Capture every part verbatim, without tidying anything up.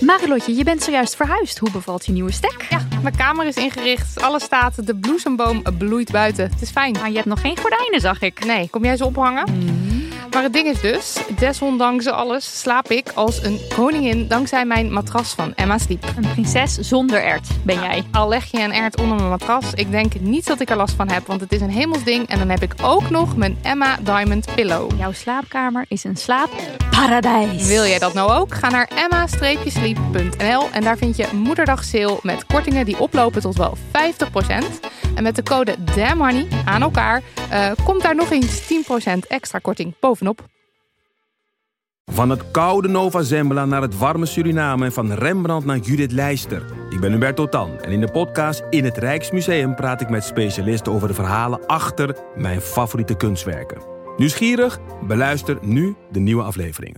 Marilotje, je bent zojuist verhuisd. Hoe bevalt je nieuwe stek? Ja, mijn kamer is ingericht. Alles staat. De bloesemboom bloeit buiten. Het is fijn. Maar je hebt nog geen gordijnen, zag ik. Nee, kom jij ze ophangen? Mm. Maar het ding is dus, desondanks alles slaap ik als een koningin dankzij mijn matras van Emma Sleep. Een prinses zonder ert ben jij. Al leg je een ert onder mijn matras, ik denk niet dat ik er last van heb, want het is een hemelsding. En dan heb ik ook nog mijn Emma Diamond Pillow. Jouw slaapkamer is een slaapparadijs. Wil jij dat nou ook? Ga naar emma sleep punt n l en daar vind je moederdag sale met kortingen die oplopen tot wel vijftig procent. En met de code DAMNHoney aan elkaar uh, komt daar nog eens tien procent extra korting bovenop. Van het koude Nova Zembla naar het warme Suriname en van Rembrandt naar Judith Leister. Ik ben Hubert Totan en in de podcast In het Rijksmuseum praat ik met specialisten over de verhalen achter mijn favoriete kunstwerken. Nieuwsgierig? Beluister nu de nieuwe afleveringen.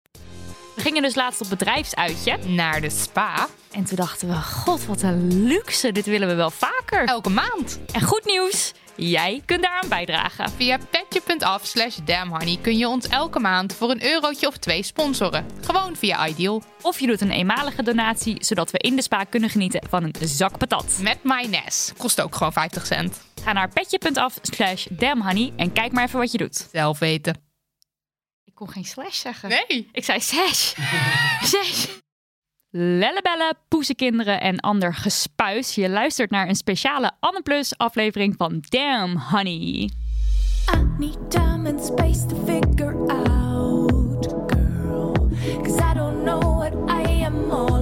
We gingen dus laatst op bedrijfsuitje Naar de spa. en toen dachten we, god wat een luxe, dit willen we wel vaker. Elke maand. En goed nieuws, jij kunt daaraan bijdragen. Via petje.af slash damnhoney kun je ons elke maand voor een eurotje of twee sponsoren. Gewoon via Ideal. Of je doet een eenmalige donatie, zodat we in de spa kunnen genieten van een zak patat. Met mayonaise. Kost ook gewoon vijftig cent. Ga naar petje.af slash damnhoney en kijk maar even wat je doet. Zelf weten. Ik kon geen slash zeggen. Nee. Ik zei zes. Zes. Lellebellen, poezenkinderen en ander gespuis. Je luistert naar een speciale Anne Plus aflevering van Damn Honey. I need time and space to figure out, girl. Cause I don't know what I am all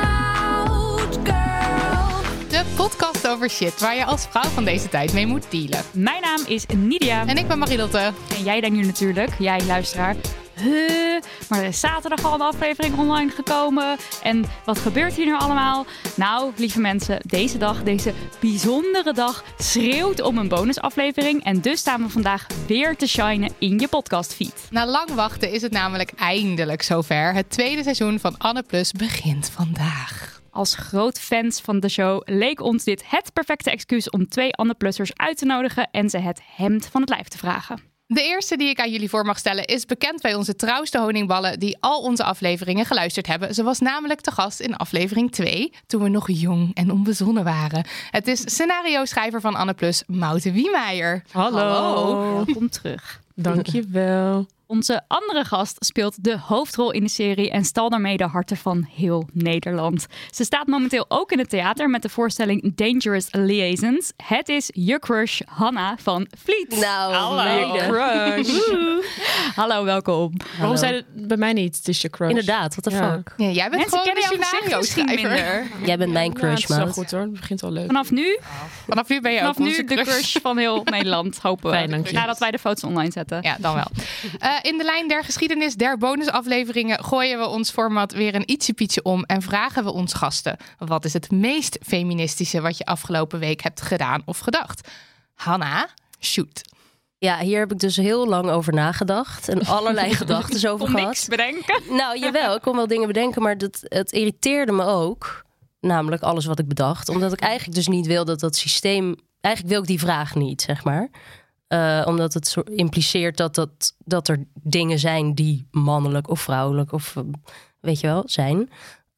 about, girl. De podcast over shit waar je als vrouw van deze tijd mee moet dealen. Mijn naam is Nidia. En ik ben Marilotte. En jij denkt nu natuurlijk, jij luisteraar, huh, maar er is zaterdag al een aflevering online gekomen. En wat gebeurt hier nu allemaal? Nou, lieve mensen, deze dag, deze bijzondere dag, schreeuwt om een bonusaflevering. En dus staan we vandaag weer te shinen in je podcastfeed. Na lang wachten is het namelijk eindelijk zover. Het tweede seizoen van Anne Plus begint vandaag. Als groot fans van de show leek ons dit het perfecte excuus om twee Anne-plussers uit te nodigen en ze het hemd van het lijf te vragen. De eerste die ik aan jullie voor mag stellen is bekend bij onze trouwste honingballen die al onze afleveringen geluisterd hebben. Ze was namelijk te gast in aflevering twee, toen we nog jong en onbezonnen waren. Het is scenario-schrijver van Anne Plus, Maute Wiemeijer. Hallo. Welkom terug. Dankjewel. Onze andere gast speelt de hoofdrol in de serie en stal daarmee de harten van heel Nederland. Ze staat momenteel ook in het theater met de voorstelling Dangerous Liaisons. Het is je crush Hanna van Vliet. Nou, Hallo. je crush. Hallo, welkom. Waarom zei het bij mij niet? Het is je crush. Inderdaad, what the Ja. fuck. Ja, jij bent Mensen gewoon kennen de jouw gezicht misschien scenario-schrijver. minder. Jij bent mijn Ja, crush, het is wel maat. goed hoor. Het begint al leuk. Vanaf nu, Vanaf nu ben je vanaf ook onze nu de crush van heel Nederland, hopen we. Fijn, dank je. Nadat wij de foto's online zetten. Ja, dan wel. Uh, in de lijn der geschiedenis der bonusafleveringen gooien we ons format weer een ietsje pietje om en vragen we ons gasten: wat is het meest feministische wat je afgelopen week hebt gedaan of gedacht? Hanna, shoot. Ja, hier heb ik dus heel lang over nagedacht. En allerlei gedachten over Kon gehad. niks bedenken. Nou, jawel, ik kon wel dingen bedenken. Maar dat, het irriteerde me ook. Namelijk alles wat ik bedacht. Omdat ik eigenlijk dus niet wil dat dat systeem... Eigenlijk wil ik die vraag niet, zeg maar. Uh, omdat het zo impliceert dat, dat, dat er dingen zijn die mannelijk of vrouwelijk of uh, weet je wel, zijn.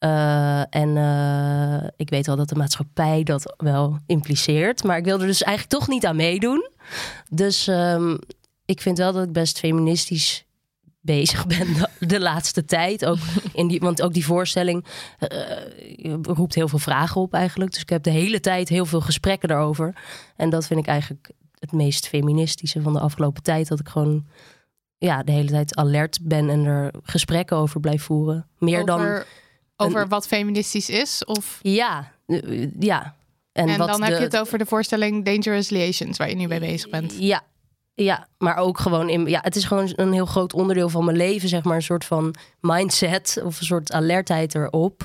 Uh, en uh, ik weet wel dat de maatschappij dat wel impliceert. Maar ik wil er dus eigenlijk toch niet aan meedoen. Dus um, ik vind wel dat ik best feministisch bezig ben de, de laatste tijd. Ook in die, want ook die voorstelling uh, roept heel veel vragen op eigenlijk. Dus ik heb de hele tijd heel veel gesprekken daarover. En dat vind ik eigenlijk het meest feministische van de afgelopen tijd. Dat ik gewoon ja, de hele tijd alert ben en er gesprekken over blijf voeren. Meer over, dan... Over een, wat feministisch is? Of... Ja, uh, ja. En, en wat dan de, heb je het over de voorstelling Dangerous Liaisons, waar je nu mee bezig bent. Ja, ja, maar ook gewoon in. Ja, het is gewoon een heel groot onderdeel van mijn leven, zeg maar, een soort van mindset of een soort alertheid erop.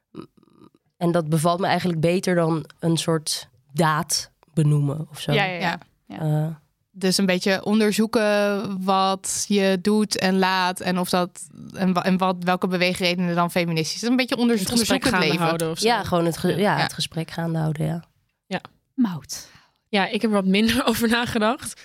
En dat bevalt me eigenlijk beter dan een soort daad benoemen of zo. Ja, ja, ja. Ja. Uh, Dus een beetje onderzoeken wat je doet en laat en of dat en, en wat welke beweegredenen dan feministisch is. Een beetje onder, Het gesprek onderzoekend gaande leven. houden of zo. ja, gewoon het, ge- ja, Ja. het gesprek gaande houden, ja. Mout. Ja, ik heb er wat minder over nagedacht.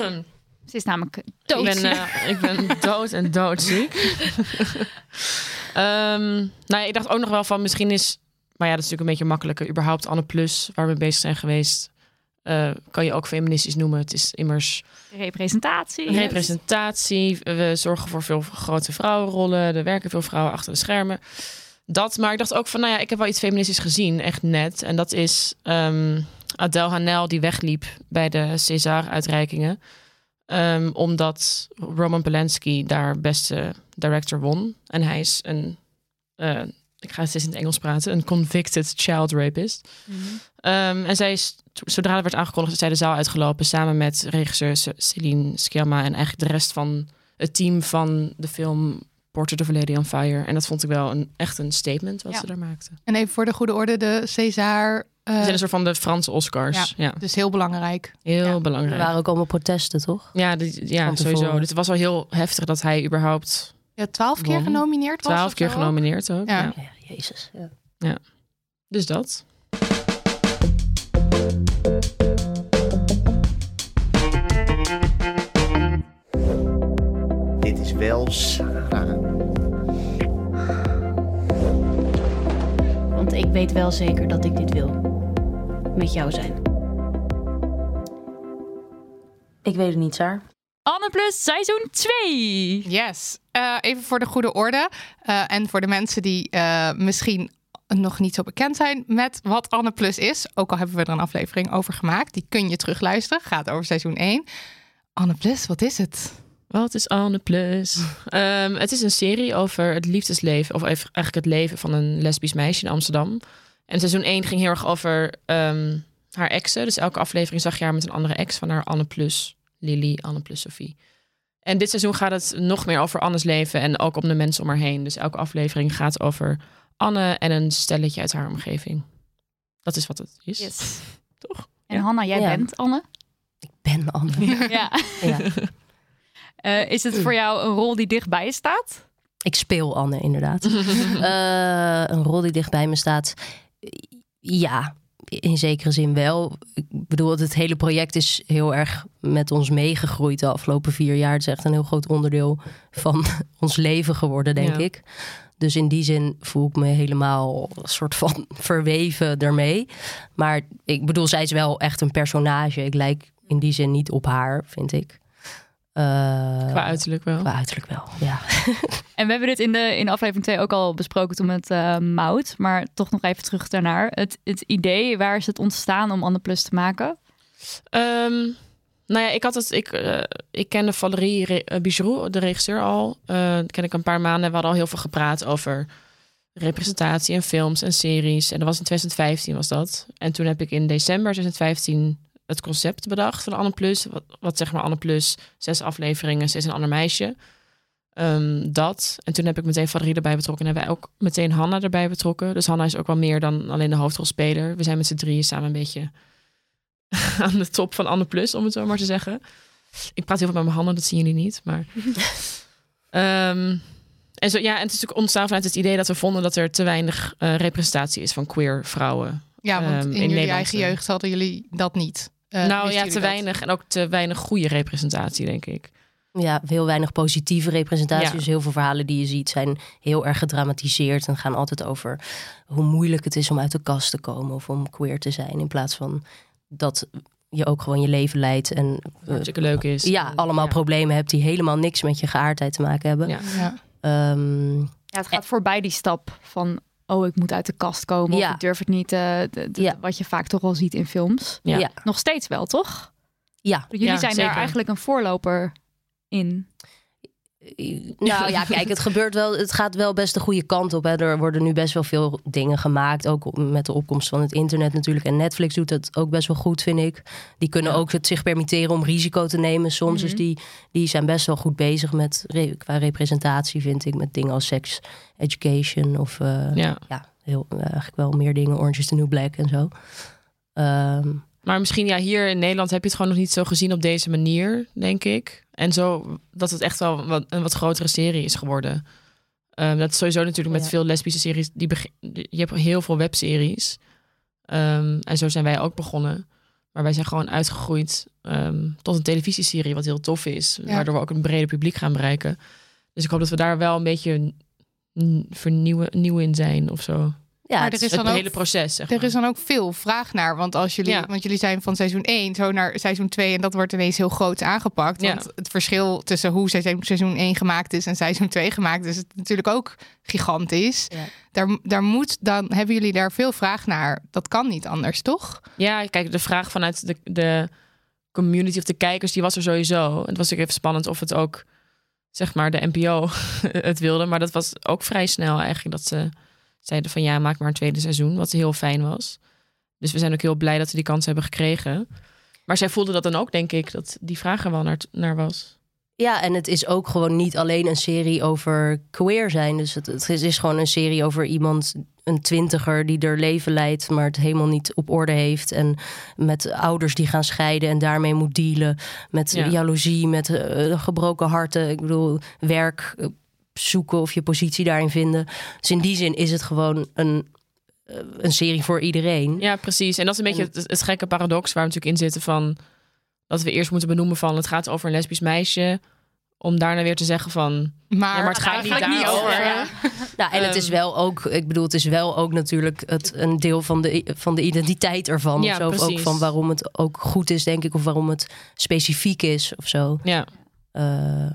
Ze is namelijk Ik doodziek. ben, uh, ik ben dood en doodziek. Ehm, nou ja, ik dacht ook nog wel van misschien is... Maar ja, dat is natuurlijk een beetje makkelijker. Überhaupt Anne Plus, waar we bezig zijn geweest... Uh, kan je ook feministisch noemen. Het is immers... Representatie. Representatie. We zorgen voor veel grote vrouwenrollen. Er werken veel vrouwen achter de schermen. Dat, maar ik dacht ook van... Nou ja, ik heb wel iets feministisch gezien. Echt net. En dat is um, Adèle Haenel die wegliep... bij de César-uitreikingen. Um, omdat Roman Polanski daar beste director won. En hij is een... Uh, ik ga steeds in het Engels praten. Een convicted child rapist. Mm-hmm. Um, en zij is, zodra er werd aangekondigd, is zij de zaal uitgelopen samen met regisseur Céline Sciamma en eigenlijk de rest van het team van de film Portrait of a Lady on Fire. En dat vond ik wel een, echt een statement wat ja. ze daar maakten. En even voor de goede orde, de César... Uh... Ze zijn een soort van de Franse Oscars. Ja, ja. Dus heel belangrijk. Heel ja. belangrijk. Er waren ook allemaal protesten, toch? Ja, die, ja sowieso. Het was wel heel heftig dat hij überhaupt... Ja, twaalf keer won. genomineerd was. Twaalf keer genomineerd ook. Ja, ja. ja jezus. Ja. ja. Dus dat. Dit is wel Sarah. Want ik weet wel zeker dat ik dit wil. Met jou zijn. Ik weet het niet, Saar. Anne Plus seizoen twee. Yes. Uh, even voor de goede orde. Uh, en voor de mensen die uh, misschien nog niet zo bekend zijn met wat Anne Plus is. Ook al hebben we er een aflevering over gemaakt. Die kun je terugluisteren. Gaat over seizoen één. Anne Plus, wat is het? Wat is Anne Plus? um, het is een serie over het liefdesleven. Of eigenlijk het leven van een lesbisch meisje in Amsterdam. En seizoen één ging heel erg over um, haar exen. Dus elke aflevering zag je haar met een andere ex van haar Anne Plus. Lily, Anne plus Sophie. En dit seizoen gaat het nog meer over Annes leven en ook om de mensen om haar heen. Dus elke aflevering gaat over Anne en een stelletje uit haar omgeving. Dat is wat het is. Yes. Toch? En ja. Hanna, jij ja. bent Anne? Ik ben Anne. ja. ja. Uh, is het voor jou een rol die dichtbij je staat? Ik speel Anne, inderdaad. uh, een rol die dichtbij me staat. Ja. In zekere zin wel. Ik bedoel, het hele project is heel erg met ons meegegroeid de afgelopen vier jaar. Het is echt een heel groot onderdeel van ons leven geworden, denk ja. ik. Dus in die zin voel ik me helemaal een soort van verweven ermee. Maar ik bedoel, zij is wel echt een personage. Ik lijk in die zin niet op haar, vind ik. Uh, qua uiterlijk wel. Qua uiterlijk wel, ja. En we hebben dit in de in aflevering twee ook al besproken toen met uh, Maud. Maar toch nog even terug daarnaar. Het, het idee, waar is het ontstaan om Anne Plus te maken? Um, nou ja, ik had het. Ik, uh, ik kende Valérie Re- Bigerou, de regisseur al. Uh, ken ik een paar maanden. We hadden al heel veel gepraat over representatie en films en series. En dat was in twintig vijftien was dat. En toen heb ik in december twintig vijftien het concept bedacht van Anne Plus. Wat, wat zeg maar Anne Plus, zes afleveringen, ze is een ander meisje. Um, dat. En toen heb ik meteen Valérie erbij betrokken. En hebben wij ook meteen Hanna erbij betrokken. Dus Hanna is ook wel meer dan alleen de hoofdrolspeler. We zijn met z'n drieën samen een beetje aan de top van Anne Plus, om het zo maar te zeggen. Ik praat heel veel met mijn handen, dat zien jullie niet. Maar um, en zo, ja, en het is natuurlijk ontstaan vanuit het idee dat we vonden dat er te weinig uh, representatie is van queer vrouwen. Ja, want um, in, in jullie eigen jeugd hadden jullie dat niet. Uh, nou ja, te dat? weinig en ook te weinig goede representatie, denk ik. Ja, heel weinig positieve representatie. Ja. Dus heel veel verhalen die je ziet zijn heel erg gedramatiseerd en gaan altijd over hoe moeilijk het is om uit de kast te komen of om queer te zijn. In plaats van dat je ook gewoon je leven leidt en uh, hartstikke leuk is. Ja, allemaal ja. problemen hebt die helemaal niks met je geaardheid te maken hebben. Ja. Ja. Um, ja, het gaat voorbij die stap van oh, ik moet uit de kast komen ja. of ik durf het niet. Uh, de, de, ja. Wat je vaak toch wel ziet in films. Ja. Ja. Nog steeds wel, toch? Ja. Jullie ja, zijn zeker. daar eigenlijk een voorloper in. Nou ja, kijk, het gebeurt wel. Het gaat wel best de goede kant op. Hè. Er worden nu best wel veel dingen gemaakt. Ook met de opkomst van het internet natuurlijk. En Netflix doet het ook best wel goed, vind ik. Die kunnen ja. ook het zich permitteren om risico te nemen soms. Mm-hmm. Dus die, die zijn best wel goed bezig met qua representatie, vind ik. Met dingen als sex education. Of uh, ja. ja, heel, uh, eigenlijk wel meer dingen. Orange is the New Black en zo. Um, Maar misschien ja, hier in Nederland heb je het gewoon nog niet zo gezien op deze manier, denk ik. En zo dat het echt wel wat, een wat grotere serie is geworden. Um, dat is sowieso natuurlijk met ja. veel lesbische series. Die begin, je hebt heel veel webseries. Um, en zo zijn wij ook begonnen. Maar wij zijn gewoon uitgegroeid um, tot een televisieserie, wat heel tof is. Ja. Waardoor we ook een breder publiek gaan bereiken. Dus ik hoop dat we daar wel een beetje n- vernieuwen, nieuw in zijn of zo. Ja, Maar het er is is Het dan ook- hele proces, zeg Er maar. is dan ook veel vraag naar. Want als jullie, Ja. want jullie zijn van seizoen één zo naar seizoen twee... en dat wordt ineens heel groot aangepakt. Ja. Want het verschil tussen hoe seizoen, seizoen één gemaakt is... en seizoen twee gemaakt is het natuurlijk ook gigantisch. Ja. Daar, daar moet dan, hebben jullie daar veel vraag naar. Dat kan niet anders, toch? Ja, kijk, de vraag vanuit de, de community of de kijkers, die was er sowieso. Het was ook even spannend of het ook, zeg maar, de N P O het wilde. Maar dat was ook vrij snel eigenlijk dat ze zeiden van ja, maak maar een tweede seizoen. Wat heel fijn was. Dus we zijn ook heel blij dat we die kans hebben gekregen. Maar zij voelden dat dan ook, denk ik, dat die vraag er wel naar, naar was. Ja, en het is ook gewoon niet alleen een serie over queer zijn. Dus het, het is gewoon een serie over iemand, een twintiger die er leven leidt, maar het helemaal niet op orde heeft. En met ouders die gaan scheiden en daarmee moet dealen. Met Ja. jaloezie, met uh, gebroken harten. Ik bedoel, werk uh, zoeken of je positie daarin vinden. Dus in die zin is het gewoon een, uh, een serie voor iedereen. Ja, precies. En dat is een beetje het, het gekke paradox waar we natuurlijk in zitten van dat we eerst moeten benoemen van het gaat over een lesbisch meisje, om daarna weer te zeggen van Maar, ja, maar het gaat niet eigenlijk daarover. Ja. Nou, en het is Ehm. wel ook, ik bedoel, het is wel ook natuurlijk het, een deel van de, van de identiteit ervan. Ja, of zo. Of ook precies. van waarom het ook goed is, denk ik, of waarom het specifiek is of zo. ja. Uh,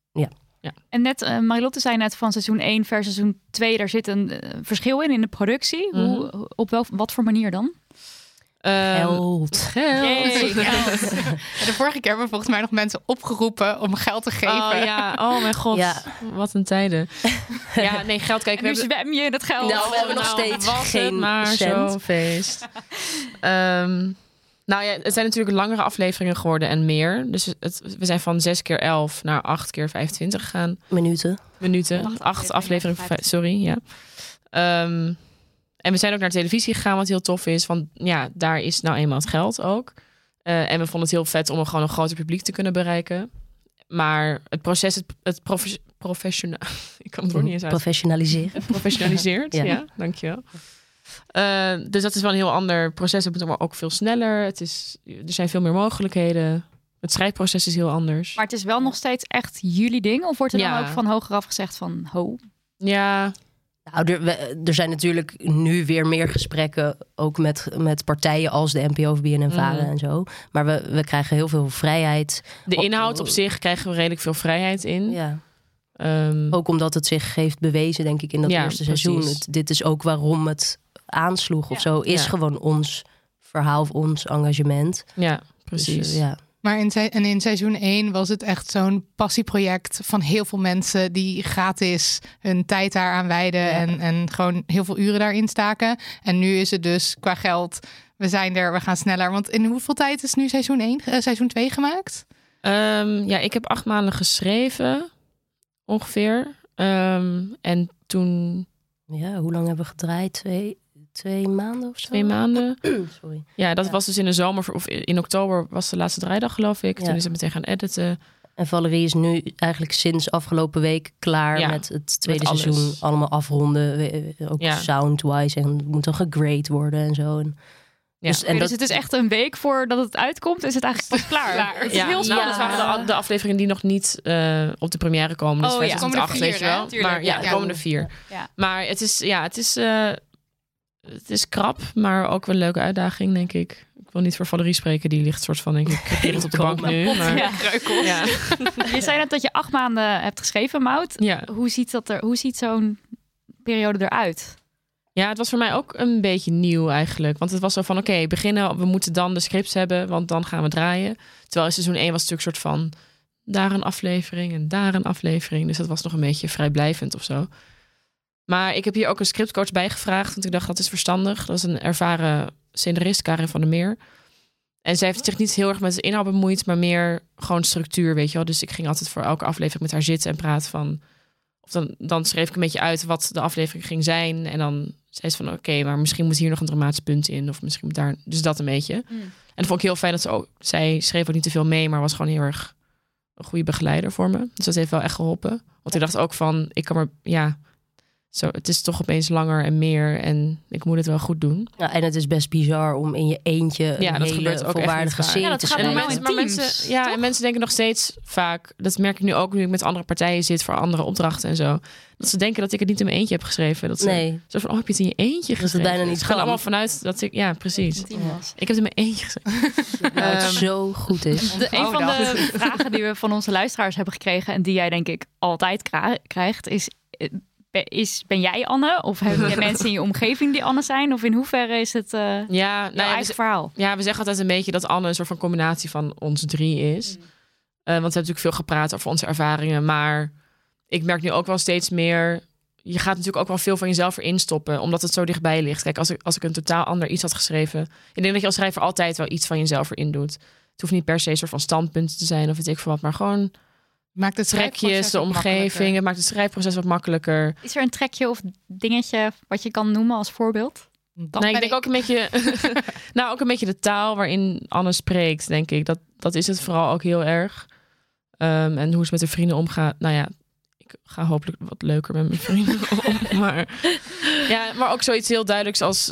En net, uh, Marilotte zei net van seizoen één versus seizoen twee, daar zit een uh, verschil in in de productie. Mhm. Hoe, op wel, wat voor manier dan? Ehm, Geld. geld. Yay, En de vorige keer hebben we volgens mij nog mensen opgeroepen om geld te geven. Oh ja, oh mijn god, Ja. wat een tijden. Ja, nee, geld, kijk, En we nu hebben zwem je in het geld. Nou, we hebben nog steeds was het geen maar cent. zo'n feest. Ehm, nou ja, het zijn natuurlijk langere afleveringen geworden en meer. Dus het, we zijn van zes keer elf naar acht keer vijfentwintig gegaan. Minuten. Minuten. Acht Acht afleveringen, afleveringen, sorry, ja. Ehm, en we zijn ook naar televisie gegaan, wat heel tof is. Want ja, daar is nou eenmaal het geld ook. Uh, en we vonden het heel vet om gewoon een groter publiek te kunnen bereiken. Maar het proces, het, het profe- professioneel... Ik kan het woord niet eens uit. Professionaliseren. Professionaliseerd, ja. Ja. Dankjewel. Uh, dus dat is wel een heel ander proces. Het moet maar ook veel sneller. Het is, er zijn veel meer mogelijkheden. Het schrijfproces is heel anders. Maar het is wel nog steeds echt jullie ding? Of wordt er Ja. dan ook van hogeraf gezegd van ho? Ja, Nou, er, we- er zijn natuurlijk nu weer meer gesprekken, ook met, met partijen als de N P O, V B N en VARA Mhm. en zo. Maar we, we krijgen heel veel vrijheid. de inhoud op zich krijgen we redelijk veel vrijheid in. Ja. Um, Ook omdat het zich heeft bewezen, denk ik, in dat Ja, eerste seizoen. precies. Het, dit is ook waarom het aansloeg of Ja. zo. Is Ja. gewoon ons verhaal of ons engagement. ja, precies. Dus, uh, ja. Maar in, se- en in seizoen één was het echt zo'n passieproject van heel veel mensen die gratis hun tijd daaraan wijden Ja. en, en gewoon heel veel uren daarin staken. En nu is het dus qua geld, we zijn er, we gaan sneller. Want in hoeveel tijd is nu seizoen één, eh, seizoen twee gemaakt? Um, ja, ik heb acht maanden geschreven, ongeveer. Um, en toen ja, hoe lang hebben we gedraaid? Twee, twee maanden of zo? twee maanden. Sorry. Ja, dat Ja. was dus in de zomer of in oktober was de laatste draaidag, geloof ik. Ja. Toen is het meteen gaan editen. En Valerie is nu eigenlijk sinds afgelopen week klaar Ja, met het tweede alles. seizoen. Allemaal afronden. We- Ook Ja. sound-wise. En het moet dan gegrade worden en zo. En, Ja. dus, en En dat, dus het is echt een week voordat het uitkomt, is het eigenlijk pas klaar. Klaar. Het is Ja, heel nou, spannend. dat waren de, de afleveringen die nog niet uh, op de première komen. Dus Oh, wij ja. zijn Komen er acht, vier, weet je hè? wel. Tuurlijk, Maar ja, ja. er komen er vier. Ja. Maar het is, ja, het is, uh, het is krap, maar ook wel een leuke uitdaging, denk ik. Ik wil niet voor Valerie spreken, die ligt soort van, denk ik, kerend op de bank nu. Maar, Ja. ja. Je zei net dat je acht maanden hebt geschreven, Maud. Ja. Hoe ziet, dat er, hoe ziet zo'n periode eruit? Ja, het was voor mij ook een beetje nieuw eigenlijk. Want het was zo van, oké, okay, beginnen, we moeten dan de scripts hebben, want dan gaan we draaien. Terwijl in seizoen één was het natuurlijk een soort van, daar een aflevering en daar een aflevering. Dus dat was nog een beetje vrijblijvend of zo. Maar ik heb hier ook een scriptcoach bij gevraagd, want ik dacht, dat is verstandig. Dat is een ervaren scenarist, Karin van der Meer. En zij heeft zich niet heel erg met de inhoud bemoeid, maar meer gewoon structuur, weet je wel. Dus ik ging altijd voor elke aflevering met haar zitten en praten van... Of dan, dan schreef ik een beetje uit wat de aflevering ging zijn. En dan zei ze van, oké, okay, maar misschien moet hier nog een dramatisch punt in. Of misschien moet daar... Dus dat een beetje. Mm. En dat vond ik heel fijn dat ze ook... Zij schreef ook niet te veel mee, maar was gewoon heel erg een goede begeleider voor me. Dus dat heeft wel echt geholpen. Want ik dacht ook van, ik kan maar... Ja, zo, het is toch opeens langer en meer. En ik moet het wel goed doen. Ja, en het is best bizar om in je eentje Ja, een dat hele gebeurt ook volwaardige echt niet vaak. serie Ja, dat te gaat En normaal schrijven. in mensen, maar teams, mensen, ja, toch? en mensen denken nog steeds vaak... Dat merk ik nu ook nu ik met andere partijen zit... voor andere opdrachten en zo. Dat ze denken dat ik het niet in mijn eentje heb geschreven. Dat ze Nee. zo van, oh, heb je het in je eentje het geschreven? bijna niet Ze gaan kan. allemaal vanuit dat ik... Ja, precies. Een team was. Ik heb het in mijn eentje geschreven. Nou, het Ehm, zo goed is. De, een Oh, van dat. de vragen die we van onze luisteraars hebben gekregen... en die jij denk ik altijd kra- krijgt... is, eh, be- is ben jij Anne? Of heb je mensen in je omgeving die Anne zijn? Of in hoeverre is het eh Ja, jouw nou ja, eigen we, verhaal? ja, we zeggen altijd een beetje dat Anne een soort van combinatie van ons drie is. Mm. Uh, want we hebben natuurlijk veel gepraat over onze ervaringen. Maar ik merk nu ook wel steeds meer... Je gaat natuurlijk ook wel veel van jezelf erin stoppen. Omdat het zo dichtbij ligt. Kijk, als ik, als ik een totaal ander iets had geschreven... Ik denk dat je als schrijver altijd wel iets van jezelf erin doet. Het hoeft niet per se een soort van standpunten te zijn... of weet ik veel wat. Maar gewoon Maakt het trekjes, de omgeving. Het maakt het schrijfproces wat makkelijker. Is er een trekje of dingetje wat je kan noemen als voorbeeld? Dat Nou, ik ben denk ook een beetje... nou, ook een beetje de taal waarin Anne spreekt, denk ik. Dat, dat is het vooral ook heel erg. Um, en hoe ze met de vrienden omgaat. Nou ja, ik ga hopelijk wat leuker met mijn vrienden om. Maar, ja, maar ook zoiets heel duidelijks als...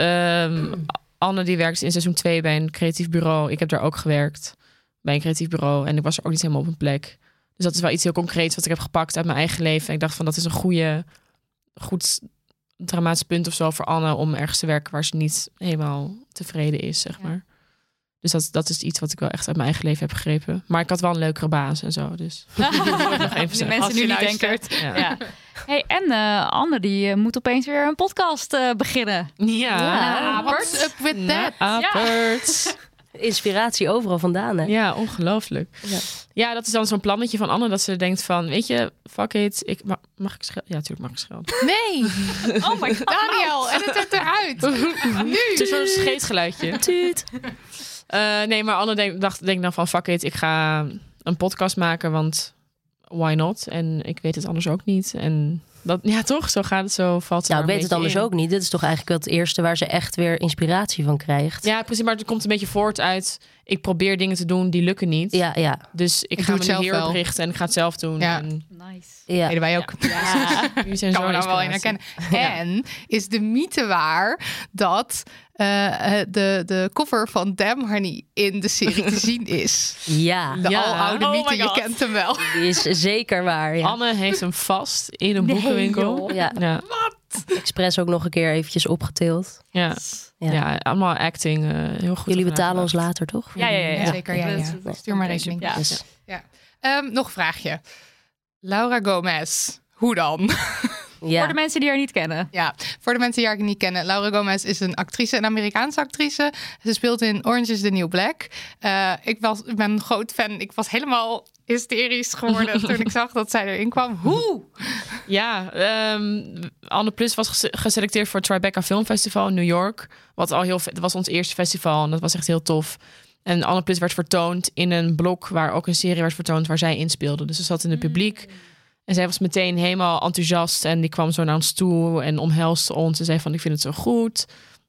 Um, Anne die werkt in seizoen twee bij een creatief bureau. Ik heb daar ook gewerkt bij een creatief bureau. En ik was er ook niet helemaal op een plek. Dus dat is wel iets heel concreets wat ik heb gepakt uit mijn eigen leven. En ik dacht van, dat is een goede, goed dramatisch punt of zo voor Anne... om ergens te werken waar ze niet helemaal tevreden is, zeg Ja. maar. Dus dat, dat is iets wat ik wel echt uit mijn eigen leven heb begrepen. Maar ik had wel een leukere baas en zo, dus... nog even Die zeggen. mensen Als nu je niet luistert. denken. Ja. Ja. Hey, en eh, Anne die eh, moet opeens weer een podcast eh, beginnen. Ja. Ja. Ah, what's up with Nou, that? apert. Inspiratie overal vandaan, hè? Ja, ongelooflijk. Ja. Ja, dat is dan zo'n plannetje van Anne... dat ze denkt van, weet je, fuck it. Ik, ma- mag ik schelden? Ja, natuurlijk mag ik schelden. Nee, Oh my god. Daniel, en het eruit. Het is zo'n scheetgeluidje. Tuut. Uh, nee, maar Anne denkt dacht, denk dan van, fuck it. Ik ga een podcast maken, want why not? En ik weet het anders ook niet. En dat, ja, toch? Zo gaat het, zo valt het Nou, er ik een weet het beetje anders in. ook niet. Dit is toch eigenlijk wel het eerste waar ze echt weer inspiratie van krijgt. Ja, precies. Maar het komt een beetje voort uit... ik probeer dingen te doen, die lukken niet. Ja, ja. Dus ik, Ik ga doe me het nu zelf hierop wel. richten en ik ga het zelf doen. Ja. En Nice. ja. Deden wij ook. Ja. jullie zijn Kan zo me nou wel in inspiratie. herkennen. En is de mythe waar dat uh, de, de cover van Damn Honey in de serie te zien is? Ja, De Ja. aloude Oh mythe, my je God. kent hem wel. die is zeker waar. Ja. Anne heeft hem vast in een Nee, boekenwinkel. joh. Ja, Ja, expres ook nog een keer eventjes opgetild. ja. Ja. ja, allemaal acting. uh, heel goed. Jullie gedaan. betalen ons later, toch? Ja, ja, ja, ja. Ja, zeker, ja, ja. Dat- Stuur maar rekening. Ja. Dus, Um, nog een vraagje. Laura Gomez, hoe dan? Voor ja. de mensen die haar niet kennen. Ja, voor de mensen die haar niet kennen. Laura Gomez is een actrice, een Amerikaanse actrice. Ze speelt in Orange is the New Black. Uh, ik, was, ik ben een groot fan. Ik was helemaal hysterisch geworden toen ik zag dat zij erin kwam. Hoe? Ja, um, Anne Plus was ges- geselecteerd voor het Tribeca Film Festival in New York. Wat al heel vet. Dat was ons eerste festival en dat was echt heel tof. En Anne Plus werd vertoond in een blok waar ook een serie werd vertoond waar zij in speelde. Dus ze zat in het publiek. En zij was meteen helemaal enthousiast. En die kwam zo naar ons toe en omhelste ons. En zei van, ik vind het zo goed.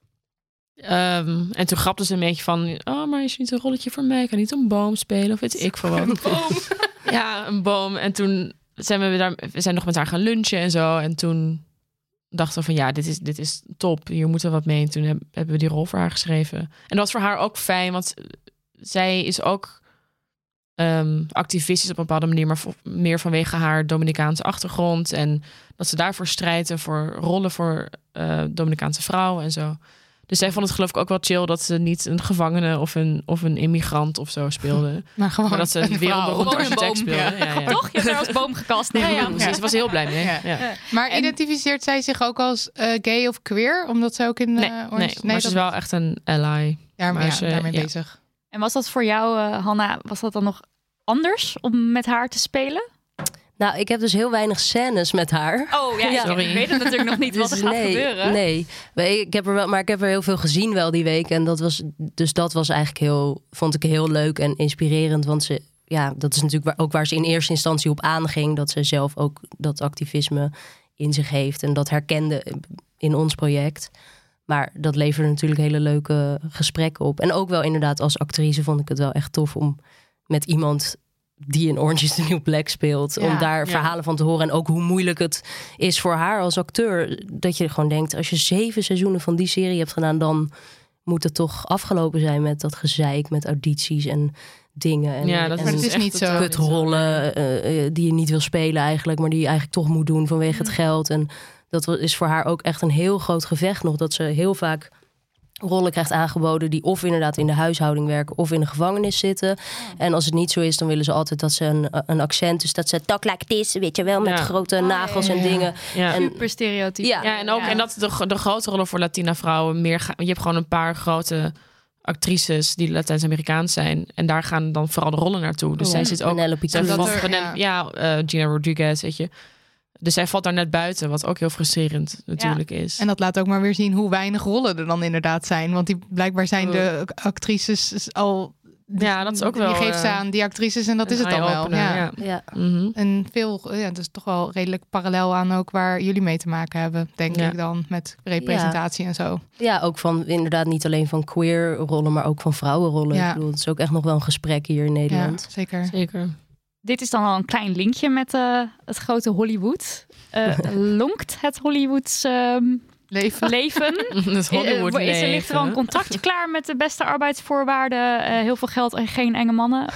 Um, en toen grapte ze een beetje van... Oh, maar is er niet een rolletje voor mij? Ik kan niet een boom spelen of weet ik veel wat. Een boom. Ja, een boom. En toen zijn we daar... We zijn nog met haar gaan lunchen en zo. En toen dachten we van, ja, dit is, dit is top. Hier moeten we wat mee. En toen heb- hebben we die rol voor haar geschreven. En dat was voor haar ook fijn. Want zij is ook... Um, activistisch op een bepaalde manier, maar vo- meer vanwege haar Dominicaanse achtergrond en dat ze daarvoor strijdt en voor rollen voor uh, Dominicaanse vrouwen en zo. Dus zij vond het geloof ik ook wel chill dat ze niet een gevangene of een, of een immigrant of zo speelde, Maar gewoon maar dat ze een een vrouw. wereldberoemde Gewoon een architect boom. speelde. Ja, ja. Toch? Je hebt haar als boom gekast. Ja, ja, Ja, precies. Ze was heel blij mee. Ja. Ja. Maar En- identificeert zij zich ook als uh, gay of queer? Omdat ze ook in uh, Nee, Orange... nee, maar ze is dat- wel echt een ally. Daar, maar ja, ze- daarmee ja. bezig. En was dat voor jou, uh, Hanna, was dat dan nog anders om met haar te spelen? Nou, ik heb dus heel weinig scènes met haar. Oh ja, Ja. ik Sorry. weet het natuurlijk nog niet wat er Dus gaat nee, gebeuren. Nee, Nee, ik heb er wel, maar ik heb er heel veel gezien wel die week. En dat was, dus dat was eigenlijk heel, vond ik heel leuk en inspirerend. Want ze, ja, dat is natuurlijk waar, ook waar ze in eerste instantie op aanging. Dat ze zelf ook dat activisme in zich heeft. En dat herkende in ons project. Maar dat leverde natuurlijk hele leuke gesprekken op. En ook wel inderdaad als actrice vond ik het wel echt tof om met iemand die in Orange is the New Black speelt. Ja, om daar ja. verhalen van te horen. En ook hoe moeilijk het is voor haar als acteur. Dat je gewoon denkt, als je zeven seizoenen van die serie hebt gedaan, dan moet het toch afgelopen zijn met dat gezeik, met audities en dingen. En, Ja, dat en Maar het is echt niet zo. totaal kutrollen uh, uh, die je niet wil spelen eigenlijk, maar die je eigenlijk toch moet doen vanwege het geld. En dat is voor haar ook echt een heel groot gevecht nog. Dat ze heel vaak rollen krijgt aangeboden die of inderdaad in de huishouding werken of in de gevangenis zitten. En als het niet zo is, dan willen ze altijd dat ze een, een accent, dus dat ze talk like this, weet je wel, met Ja. grote nagels ja, en ja. dingen. Ja. En Super stereotyp. ja, Ja, en ook Ja. en dat de, de grote rollen voor Latina vrouwen meer gaan. Je hebt gewoon een paar grote actrices die Latijns-Amerikaans zijn. En daar gaan dan vooral de rollen naartoe. Dus Ja. zij zit ook. Penelope Zij Cruz. valt Dat er- net- ja, eh, Gina Rodriguez, weet je. Dus zij valt daar net buiten, wat ook heel frustrerend natuurlijk is. En dat laat ook maar weer zien hoe weinig rollen er dan inderdaad zijn. Want die, blijkbaar zijn de actrices al... Ja, dat is ook wel, Je geeft ze eh, aan die actrices en dat is een het dan wel. eye-opener, Ja. ja. ja. Mhm. En veel, ja, dat is toch wel redelijk parallel aan ook waar jullie mee te maken hebben, denk Ja. ik dan, met representatie en zo. Ja, ook van inderdaad niet alleen van queer rollen, maar ook van vrouwenrollen. Ja. Ik bedoel, het is ook echt nog wel een gesprek hier in Ja, Nederland. zeker. Zeker. Dit is dan al een klein linkje met uh, het grote Hollywood. Uh, lonkt het Hollywoods ehm, Leven. leven? Het Hollywood Uh, is er, ligt er al een leven. contractje klaar met de beste arbeidsvoorwaarden? Uh, heel veel geld en geen enge mannen?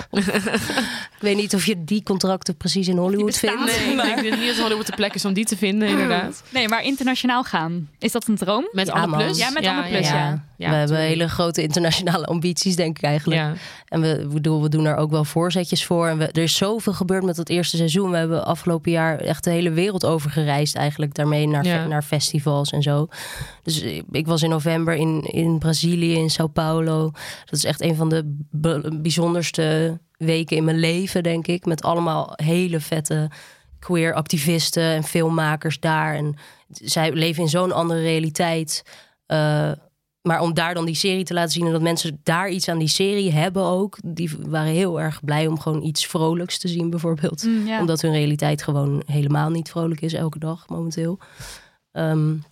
Ik weet niet of je die contracten precies in Hollywood bestaan. vindt. Nee, ik denk niet dat Hollywood de plek is om die te vinden, inderdaad. Nee, maar internationaal gaan. Is dat een droom? Met Ja, Anne man. Plus? Ja, met Anne Plus, Ja, ja. we hebben tuurlijk. hele grote internationale ambities, denk ik eigenlijk. Ja. En we, we, doen, we doen er ook wel voorzetjes voor. En we, er is zoveel gebeurd met dat eerste seizoen. We hebben afgelopen jaar echt de hele wereld over gereisd eigenlijk. Daarmee naar, Ja. fe- naar festivals en zo. Dus ik, ik was in november in, in Brazilië, in Sao Paulo. Dat is echt een van de be- bijzonderste weken in mijn leven, denk ik. Met allemaal hele vette queer activisten en filmmakers daar. En zij leven in zo'n andere realiteit. Uh, maar om daar dan die serie te laten zien en dat mensen daar iets aan die serie hebben ook. Die waren heel erg blij om gewoon iets vrolijks te zien bijvoorbeeld. Mm, ja. Omdat hun realiteit gewoon helemaal niet vrolijk is elke dag momenteel. Um,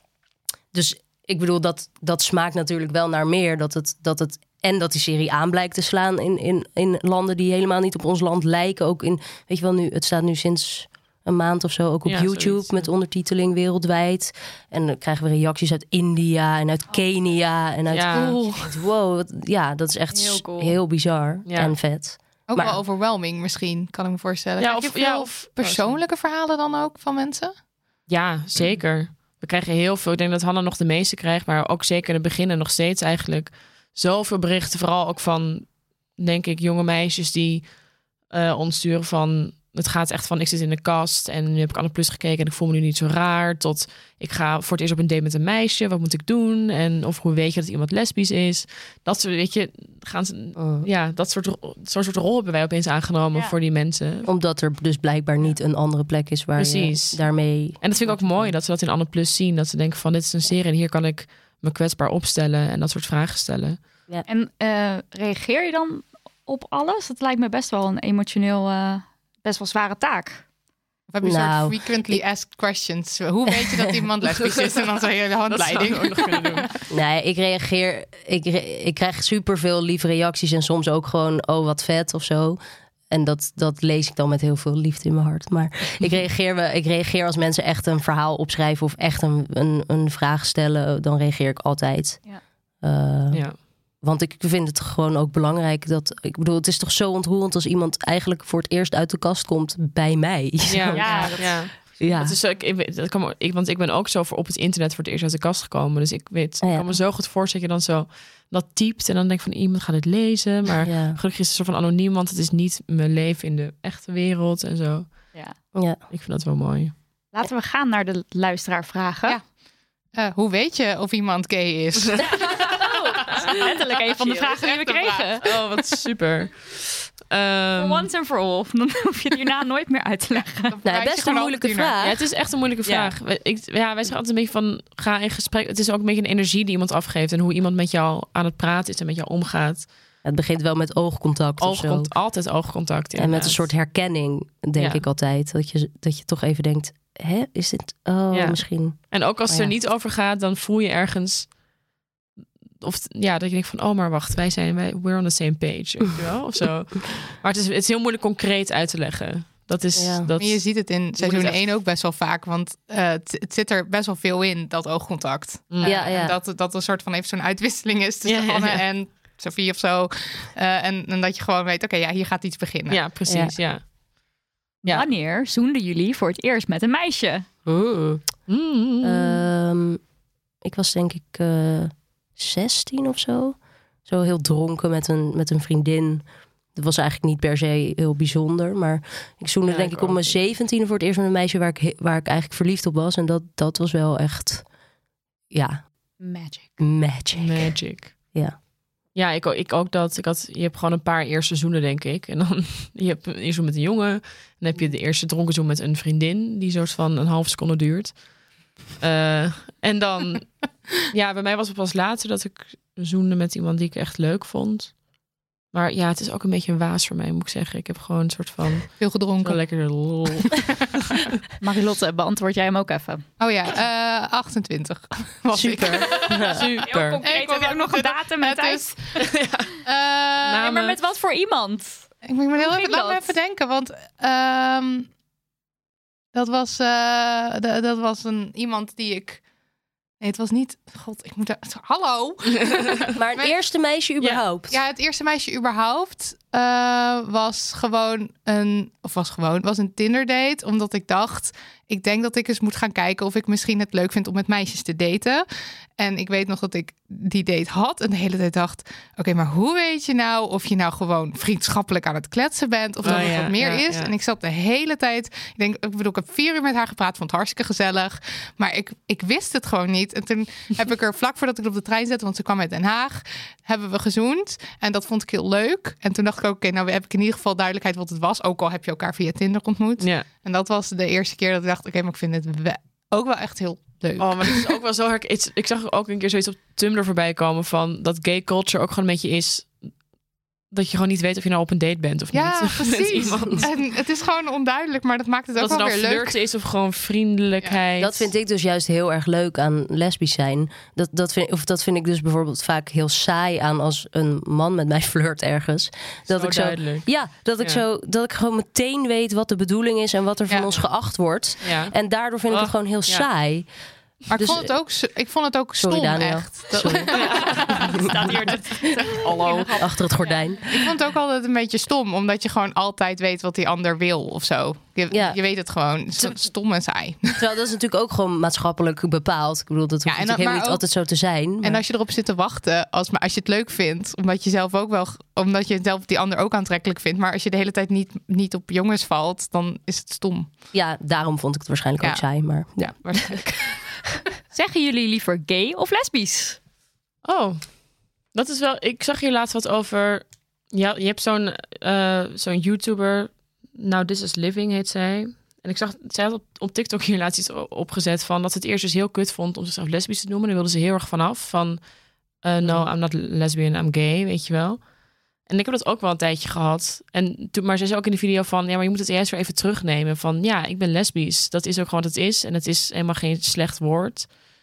dus ik bedoel, dat, dat smaakt natuurlijk wel naar meer. Dat het, dat het, en dat die serie aan blijkt te slaan in, in, in landen die helemaal niet op ons land lijken. Ook in, weet je wel, nu, het staat nu sinds een maand of zo ook op Ja, YouTube zoiets, ja. met ondertiteling wereldwijd. En dan krijgen we reacties uit India en uit Kenia. En uit, Ja. Cool. Wow, wat- ja, dat is echt Heel heel, cool. bizar Ja. en vet. Ook Maar- wel overwhelming misschien, kan ik me voorstellen. Ja, Krijg je of- veel ja, of- persoonlijke verhalen dan ook van mensen? Ja, zeker. We krijgen heel veel. Ik denk dat Hanna nog de meeste krijgt, maar ook zeker in het begin en nog steeds eigenlijk zoveel berichten. Vooral ook van, denk ik, jonge meisjes die uh, ons sturen van... Het gaat echt van, ik zit in de kast en nu heb ik Anne Plus gekeken en ik voel me nu niet zo raar. Tot, ik ga voor het eerst op een date met een meisje, wat moet ik doen? En of hoe weet je dat iemand lesbisch is? Dat soort, weet je, gaan ze, Oh. ja, dat soort, zo'n soort rol hebben wij opeens aangenomen Ja. voor die mensen. Omdat er dus blijkbaar niet een andere plek is waar Precies. je daarmee... En dat vind ik ook mooi, dat ze dat in Anne Plus zien. Dat ze denken van, dit is een serie en hier kan ik me kwetsbaar opstellen en dat soort vragen stellen. En uh, reageer je dan op alles? Dat lijkt me best wel een emotioneel, uh, best wel zware taak. Of heb je een Nou, soort frequently asked questions? Hoe weet je dat iemand lesbisch is? En dan zo je de handleiding. Dat zou ik ook nog kunnen doen. Nee, ik reageer... Ik, re- ik krijg superveel lieve reacties en soms ook gewoon... oh, wat vet of zo. En dat, dat lees ik dan met heel veel liefde in mijn hart. Maar ik reageer, me, ik reageer als mensen echt een verhaal opschrijven... of echt een, een, een vraag stellen, dan reageer ik altijd. Ja. Uh, Ja. Want ik vind het gewoon ook belangrijk dat... Ik bedoel, het is toch zo ontroerend als iemand eigenlijk voor het eerst uit de kast komt bij mij. Ja, Ja, ja, dat- ja. Ja. Dat is, zo- ik, ik, weet- dat kan, ik, want ik ben ook zo voor op het internet voor het eerst uit de kast gekomen. Dus ik weet, Oh ja. ik kan me zo goed voorstellen dat je dan zo dat typt en dan denk ik van iemand gaat het lezen. Maar Ja. gelukkig is het zo van anoniem, want het is niet mijn leven in de echte wereld en zo. Ja. Ja. Ik vind dat wel mooi. Laten we gaan naar de luisteraarvragen. Ja. Uh, hoe weet je of iemand gay is? Letterlijk een van de vragen die we kregen. Oh, wat super. For Um, once and for all. Dan hoef je het hierna nooit meer uit te leggen. Nou, best een moeilijke vraag. ja, het is echt een moeilijke Ja. vraag. Wij- Ik, ja, wij zeggen altijd een beetje van ga in gesprek. Het is ook een beetje een energie die iemand afgeeft en hoe iemand met jou aan het praten is en met jou omgaat. Het begint wel met oogcontact of zo. Oogcont, altijd oogcontact. En met inderdaad. een soort herkenning, denk Ja. ik altijd. Dat je, dat je toch even denkt, hè, is dit... Oh, Ja. misschien... En ook als het Oh, er ja. niet over gaat, dan voel je ergens of ja, dat je denkt van, oh, maar wacht, wij zijn, wij, we're on the same page, weet je wel, of zo. Maar het is, het is heel moeilijk concreet uit te leggen. Dat is, Ja. dat, Maar je ziet het in seizoen het echt- één ook best wel vaak. Want uh, het, het zit er best wel veel in, dat oogcontact. Mm. Uh, Ja, ja. En dat, dat een soort van even zo'n uitwisseling is tussen Ja, ja, Anne ja. en Sophie of zo. Uh, en, en dat je gewoon weet, oké, ja, hier gaat iets beginnen. ja, precies, ja. Ja. Wanneer zoenden jullie voor het eerst met een meisje? Mm. Mm. Ehm, ik was denk ik eh zestien of zo. Zo heel dronken met een, met een vriendin. Dat was eigenlijk niet per se heel bijzonder. Maar ik zoende Ja, denk ik ik op ook mijn niet. zeventiende voor het eerst met een meisje... waar ik, he- waar ik eigenlijk verliefd op was. En dat, dat was wel echt, ja, Magic. magic. Magic. Ja. Ja, ik, ook- ik ook dat. Ik had, je hebt gewoon een paar eerste zoenen, denk ik. En dan je hebt een eerste zoen met een jongen. Dan heb je de eerste dronken zoen met een vriendin... die soort van een half seconde duurt. Uh, en dan... ja, bij mij was het pas later dat ik zoende met iemand die ik echt leuk vond. Maar ja, het is ook een beetje een waas voor mij, moet ik zeggen. Ik heb gewoon een soort van... Veel gedronken. Zo lekker lol. Marilotte, beantwoord jij hem ook even? Oh ja, uh, achtentwintig was Super. ik. Super. Concreet, Ik was heb je ook nog een datum en Het tijd? is... Uh, Ja, maar met wat voor iemand? Ik moet me heel Hoe even, ging laat me dat? even denken, want ehm, dat was uh, de, dat was een iemand die ik. Nee, het was niet. God, ik moet. Er, hallo. Maar het eerste meisje überhaupt. Ja, het eerste meisje überhaupt uh, was gewoon een. Of was gewoon. Was een Tinder date. Omdat ik dacht. Ik denk dat ik eens moet gaan kijken of ik misschien het leuk vind om met meisjes te daten. En ik weet nog dat ik die date had en de hele tijd dacht... oké, okay, maar hoe weet je nou of je nou gewoon vriendschappelijk aan het kletsen bent... of dat Oh, het ja, wat meer ja, is? ja. En ik zat de hele tijd... Ik denk, ik bedoel, ik heb vier uur met haar gepraat, vond het hartstikke gezellig. Maar ik, ik wist het gewoon niet. En toen heb ik er vlak voordat ik op de trein zette... want ze kwam uit Den Haag, hebben we gezoend. En dat vond ik heel leuk. En toen dacht ik ook, oké, okay, nou heb ik in ieder geval duidelijkheid wat het was. Ook al heb je elkaar via Tinder ontmoet. Ja. En dat was de eerste keer dat ik dacht... oké, okay, maar ik vind het we- ook wel echt heel leuk. Oh, maar het is ook wel zo hard. Ik zag ook een keer zoiets op Tumblr voorbij komen van dat gay culture ook gewoon een beetje is dat je gewoon niet weet of je nou op een date bent of Ja, niet. Met precies. iemand. En het is gewoon onduidelijk, maar dat maakt het ook Dat het wel nou weer leuk. flirten is of gewoon vriendelijkheid. Dat vind ik dus juist heel erg leuk aan lesbisch zijn. Dat, dat, vind, of dat vind ik dus bijvoorbeeld vaak heel saai aan als een man met mij flirt ergens. Dat Zo ik zo, duidelijk. ja, dat ik Ja. zo, dat ik gewoon meteen weet wat de bedoeling is en wat er van Ja. ons geacht wordt. Ja. En daardoor vind ik het Oh, gewoon heel ja. saai. Maar ik, Dus- vond het ook, ik vond het ook Sorry, stom, Daniel. echt. Dat- Sorry. Staat hier te- Hallo, achter het gordijn. Ik vond het ook altijd een beetje stom, omdat je gewoon altijd weet wat die ander wil of zo. Je, Ja. je weet het gewoon. S- Stom en saai. Terwijl dat is natuurlijk ook gewoon maatschappelijk bepaald. Ik bedoel, dat hoeft Ja, en natuurlijk dat- helemaal maar niet ook- altijd zo te zijn. Maar... En als je erop zit te wachten, als, maar als je het leuk vindt, omdat je zelf ook wel, omdat je zelf die ander ook aantrekkelijk vindt, maar als je de hele tijd niet, niet op jongens valt, dan is het stom. Ja, daarom vond ik het waarschijnlijk Ja. ook saai. Maar ja. Ja, waarschijnlijk. Zeggen jullie liever gay of lesbisch? Oh, dat is wel. Ik zag hier laatst wat over. Ja, je hebt zo'n eh, zo'n YouTuber. Nou, This is Living heet zij. En ik zag, zij had op, op TikTok hier laatst iets o- opgezet van dat ze het eerst dus heel kut vond om zichzelf lesbisch te noemen. Daar wilde ze heel erg vanaf. Van, uh, no, I'm not lesbian, I'm gay, weet je wel. En ik heb dat ook wel een tijdje gehad. En toen, maar ze zei ook in de video van, ja, maar je moet het juist weer even terugnemen. Van, ja, ik ben lesbisch. Dat is ook gewoon wat het is. En het is helemaal geen slecht woord.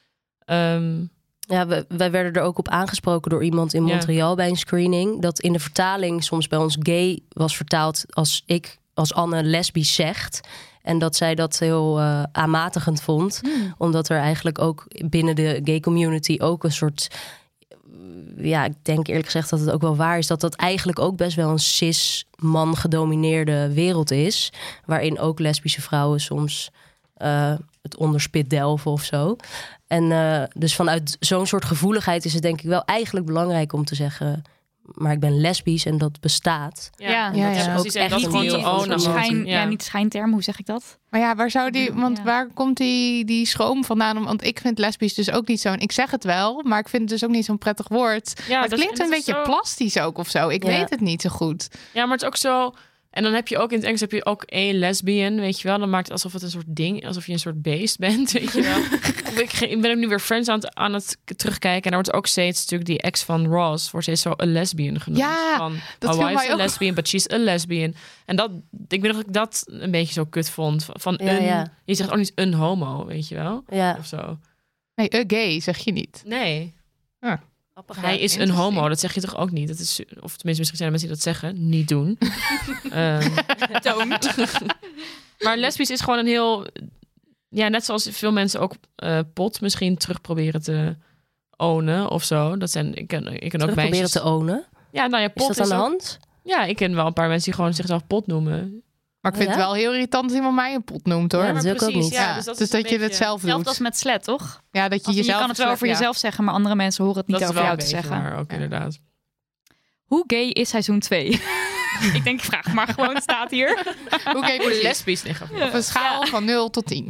Um, Ja, we, wij werden er ook op aangesproken door iemand in Ja. Montreal bij een screening. Dat in de vertaling soms bij ons gay was vertaald als ik, als Anne lesbisch zegt. En dat zij dat heel uh, aanmatigend vond. Hmm. Omdat er eigenlijk ook binnen de gay community ook een soort... Ja, ik denk eerlijk gezegd dat het ook wel waar is. Dat dat eigenlijk ook best wel een cis-man gedomineerde wereld is. Waarin ook lesbische vrouwen soms uh, het onderspit delven of zo. En uh, dus vanuit zo'n soort gevoeligheid is het denk ik wel eigenlijk belangrijk om te zeggen... maar ik ben lesbisch en dat bestaat. Ja, Ja, ja, dat is ja. precies. Ook En dat echt gewoon niet te die- ownen. van Schijn, ja. Ja. niet schijnterm, hoe zeg ik dat? Maar ja, waar zou die, want Ja. waar komt die, die schroom vandaan? Want ik vind lesbisch dus ook niet zo'n, ik zeg het wel, maar ik vind het dus ook niet zo'n prettig woord. Ja, maar het dat- klinkt en een dat is beetje zo- plastisch ook of zo. Ik Ja. weet het niet zo goed. Ja, maar het is ook zo. En dan heb je ook in het Engels heb je ook een lesbian, weet je wel. Dan maakt het alsof het een soort ding, alsof je een soort beest bent, weet je wel. ik, ge- ik ben ook nu weer Friends aan het, aan het terugkijken. En daar wordt ook steeds natuurlijk die ex van Ross, wordt steeds zo een lesbian genoemd. Ja, van, dat my viel wife's mij a ook. lesbian, but she's a lesbian. En dat, ik weet nog dat ik dat een beetje zo kut vond. Van Ja, een, ja. je zegt ook niet een homo, weet je wel. Ja. Of zo. Nee, a gay zeg je niet. Nee. Hij is een homo, dat zeg je toch ook niet? Dat is, of tenminste, misschien zijn er mensen die dat zeggen. Niet doen. um, Don't. Maar lesbisch is gewoon een heel... Ja, net zoals veel mensen ook uh, pot misschien terug proberen te ownen of zo. Dat zijn, ik ken, ik ken ook proberen meisjes... te ownen? Ja, nou ja, pot is dat aan is de ook, hand? Ja, ik ken wel een paar mensen die gewoon zichzelf pot noemen. Maar ik vind Ja? het wel heel irritant als iemand mij een pot noemt, hoor. Ja, dat wil ik ook niet. Ja, Ja, dus dat, dus is een dat je het beetje- zelf Hetzelfde doet. als met slet, toch? Ja, dat je Als, je jezelf... kan het wel over ja. jezelf zeggen, maar andere mensen horen het niet Dat is over wel jou een te beetje zeggen. waar ook, inderdaad. Hoe gay is seizoen twee? Ik denk, ik vraag maar gewoon, staat hier. Hoe kijk Hoe je lesbisch negatief. Op een schaal van nul tot tien.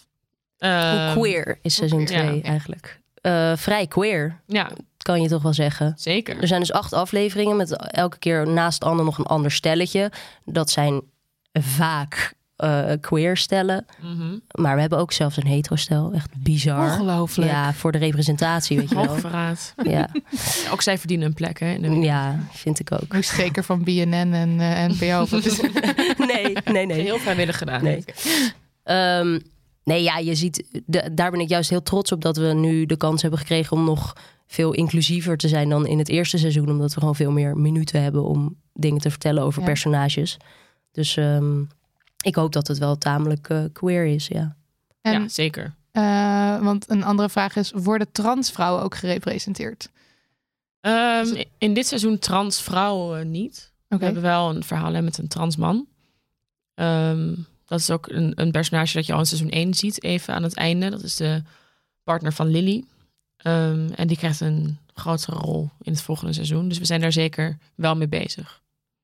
Hoe queer is seizoen queer, twee ja. eigenlijk? Uh, vrij queer, Ja, kan je toch wel zeggen. zeker. Er zijn dus acht afleveringen met elke keer naast Anne nog een ander stelletje. Dat zijn vaak uh, queer stellen. Mm-hmm. Maar we hebben ook zelfs een hetero-stel. Echt bizar. Ongelooflijk. Ja, voor de representatie, weet je wel. Hoogverraad. Ja. Ook zij verdienen een plek, hè? In de... ja, vind ik ook. Moest zeker van B N N en uh, N P O. Dat is... Nee, nee, nee. Heel vrijwillig gedaan. Nee. Um, nee, ja, je ziet... De, daar ben ik juist heel trots op dat we nu de kans hebben gekregen om nog veel inclusiever te zijn dan in het eerste seizoen. Omdat we gewoon veel meer minuten hebben om dingen te vertellen over Ja. personages. Dus um, ik hoop dat het wel tamelijk uh, queer is, ja. En, Ja, zeker. uh, want een andere vraag is, worden transvrouwen ook gerepresenteerd? Um, in dit seizoen trans vrouwen uh, niet. Okay. We hebben wel een verhaal hè, met een trans man. Um, dat is ook een, een personage dat je al in seizoen één ziet, even aan het einde. Dat is de partner van Lily. Um, en die krijgt een grotere rol in het volgende seizoen. Dus we zijn daar zeker wel mee bezig.